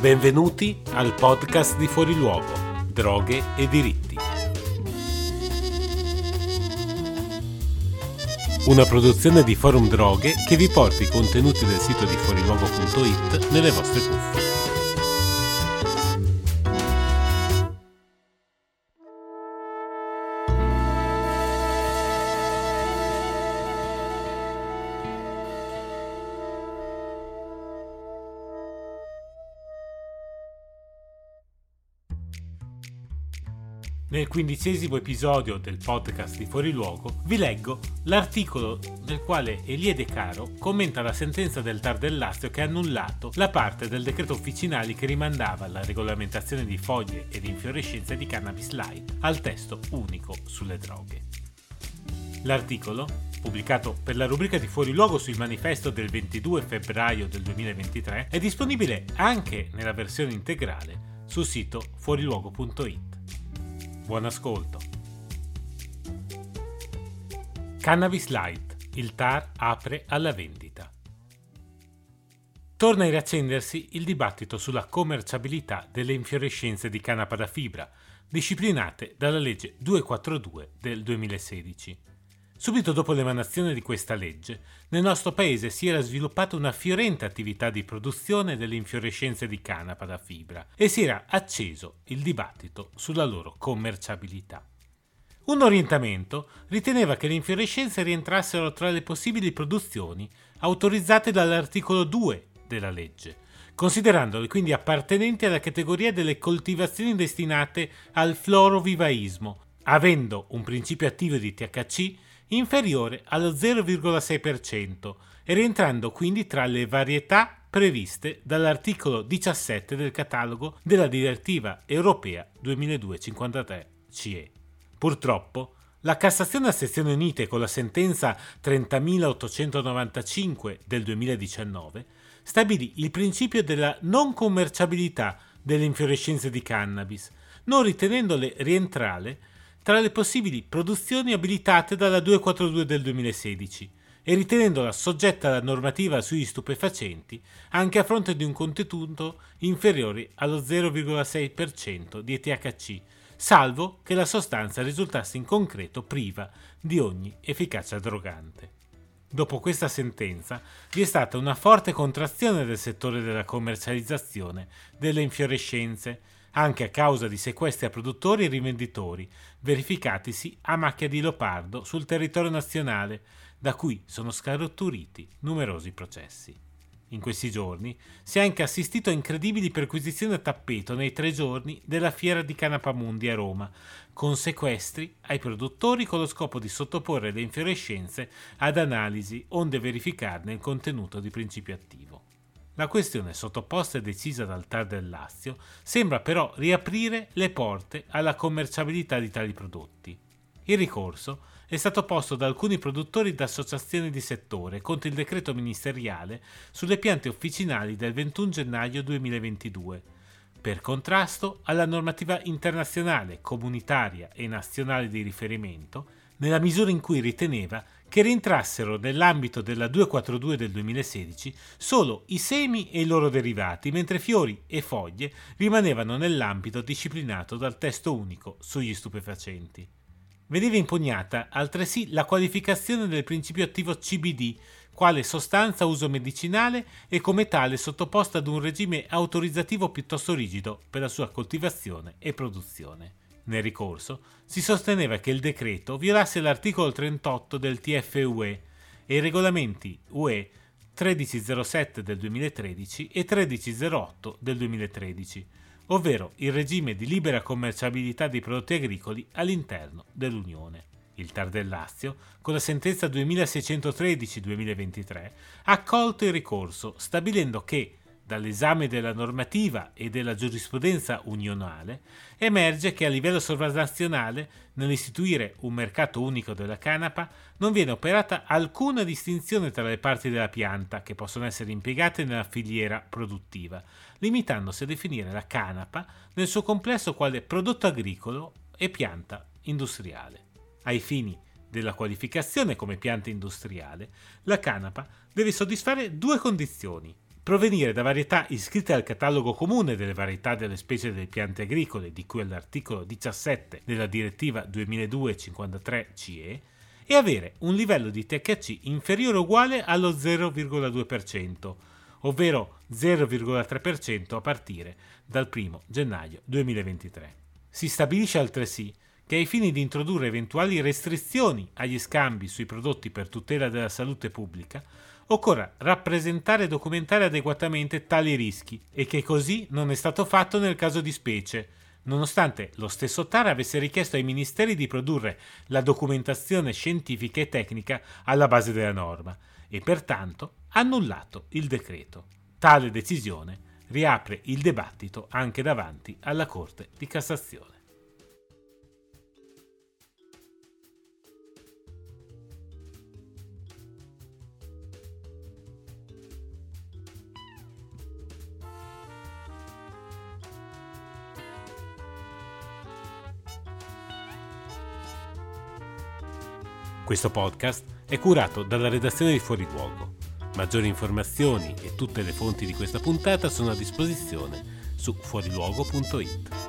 Benvenuti al podcast di Fuori Luogo, Droghe e Diritti. Una produzione di Forum Droghe che vi porta i contenuti del sito di fuoriluogo.it nelle vostre cuffie. Nel 15° episodio del podcast di Fuori Luogo vi leggo l'articolo nel quale Elie De Caro commenta la sentenza del TAR del Lazio che ha annullato la parte del decreto Officinali che rimandava la regolamentazione di foglie ed infiorescenze di cannabis light al testo unico sulle droghe. L'articolo, pubblicato per la rubrica di Fuori Luogo sul manifesto del 22 febbraio del 2023, è disponibile anche nella versione integrale sul sito fuoriluogo.it. Buon ascolto. Cannabis Light. Il TAR apre alla vendita. Torna a riaccendersi il dibattito sulla commerciabilità delle infiorescenze di canapa da fibra, disciplinate dalla legge 242 del 2016. Subito dopo l'emanazione di questa legge, nel nostro paese si era sviluppata una fiorente attività di produzione delle infiorescenze di canapa da fibra e si era acceso il dibattito sulla loro commerciabilità. Un orientamento riteneva che le infiorescenze rientrassero tra le possibili produzioni autorizzate dall'articolo 2 della legge, considerandole quindi appartenenti alla categoria delle coltivazioni destinate al florovivaismo, avendo un principio attivo di THC inferiore allo 0,6% e rientrando quindi tra le varietà previste dall'articolo 17 del catalogo della direttiva europea 2002/53/CE. Purtroppo, la Cassazione a sezioni unite con la sentenza 30.895 del 2019 stabilì il principio della non commerciabilità delle infiorescenze di cannabis, non ritenendole rientrare tra le possibili produzioni abilitate dalla 242 del 2016 e ritenendola soggetta alla normativa sugli stupefacenti anche a fronte di un contenuto inferiore allo 0,6% di THC, salvo che la sostanza risultasse in concreto priva di ogni efficacia drogante. Dopo questa sentenza vi è stata una forte contrazione del settore della commercializzazione delle infiorescenze, anche a causa di sequestri a produttori e rivenditori verificatisi a macchia di leopardo sul territorio nazionale, da cui sono scaturiti numerosi processi. In questi giorni si è anche assistito a incredibili perquisizioni a tappeto nei 3 giorni della fiera di Canapamundi a Roma, con sequestri ai produttori con lo scopo di sottoporre le infiorescenze ad analisi onde verificarne il contenuto di principio attivo. La questione sottoposta e decisa dal TAR del Lazio sembra però riaprire le porte alla commerciabilità di tali prodotti. Il ricorso è stato posto da alcuni produttori ed associazioni di settore contro il decreto ministeriale sulle piante officinali del 21 gennaio 2022, per contrasto alla normativa internazionale, comunitaria e nazionale di riferimento, nella misura in cui riteneva che rientrassero nell'ambito della 242 del 2016 solo i semi e i loro derivati, mentre fiori e foglie rimanevano nell'ambito disciplinato dal testo unico sugli stupefacenti. Veniva impugnata altresì la qualificazione del principio attivo CBD quale sostanza a uso medicinale e come tale sottoposta ad un regime autorizzativo piuttosto rigido per la sua coltivazione e produzione. Nel ricorso si sosteneva che il decreto violasse l'articolo 38 del TFUE e i regolamenti UE 1307 del 2013 e 1308 del 2013, ovvero il regime di libera commerciabilità dei prodotti agricoli all'interno dell'Unione. Il TAR del Lazio, con la sentenza 2613-2023, ha accolto il ricorso, stabilendo che dall'esame della normativa e della giurisprudenza unionale emerge che a livello sovranazionale, nell'istituire un mercato unico della canapa, non viene operata alcuna distinzione tra le parti della pianta che possono essere impiegate nella filiera produttiva, limitandosi a definire la canapa nel suo complesso quale prodotto agricolo e pianta industriale. Ai fini della qualificazione come pianta industriale, la canapa deve soddisfare 2 condizioni: provenire da varietà iscritte al catalogo comune delle varietà delle specie delle piante agricole di cui all'articolo 17 della direttiva 2002/53/CE e avere un livello di THC inferiore o uguale allo 0,2%, ovvero 0,3% a partire dal 1 gennaio 2023. Si stabilisce altresì che ai fini di introdurre eventuali restrizioni agli scambi sui prodotti per tutela della salute pubblica occorra rappresentare e documentare adeguatamente tali rischi e che così non è stato fatto nel caso di specie, nonostante lo stesso TAR avesse richiesto ai ministeri di produrre la documentazione scientifica e tecnica alla base della norma e pertanto annullato il decreto. Tale decisione riapre il dibattito anche davanti alla Corte di Cassazione. Questo podcast è curato dalla redazione di Fuori Luogo. Maggiori informazioni e tutte le fonti di questa puntata sono a disposizione su fuoriluogo.it.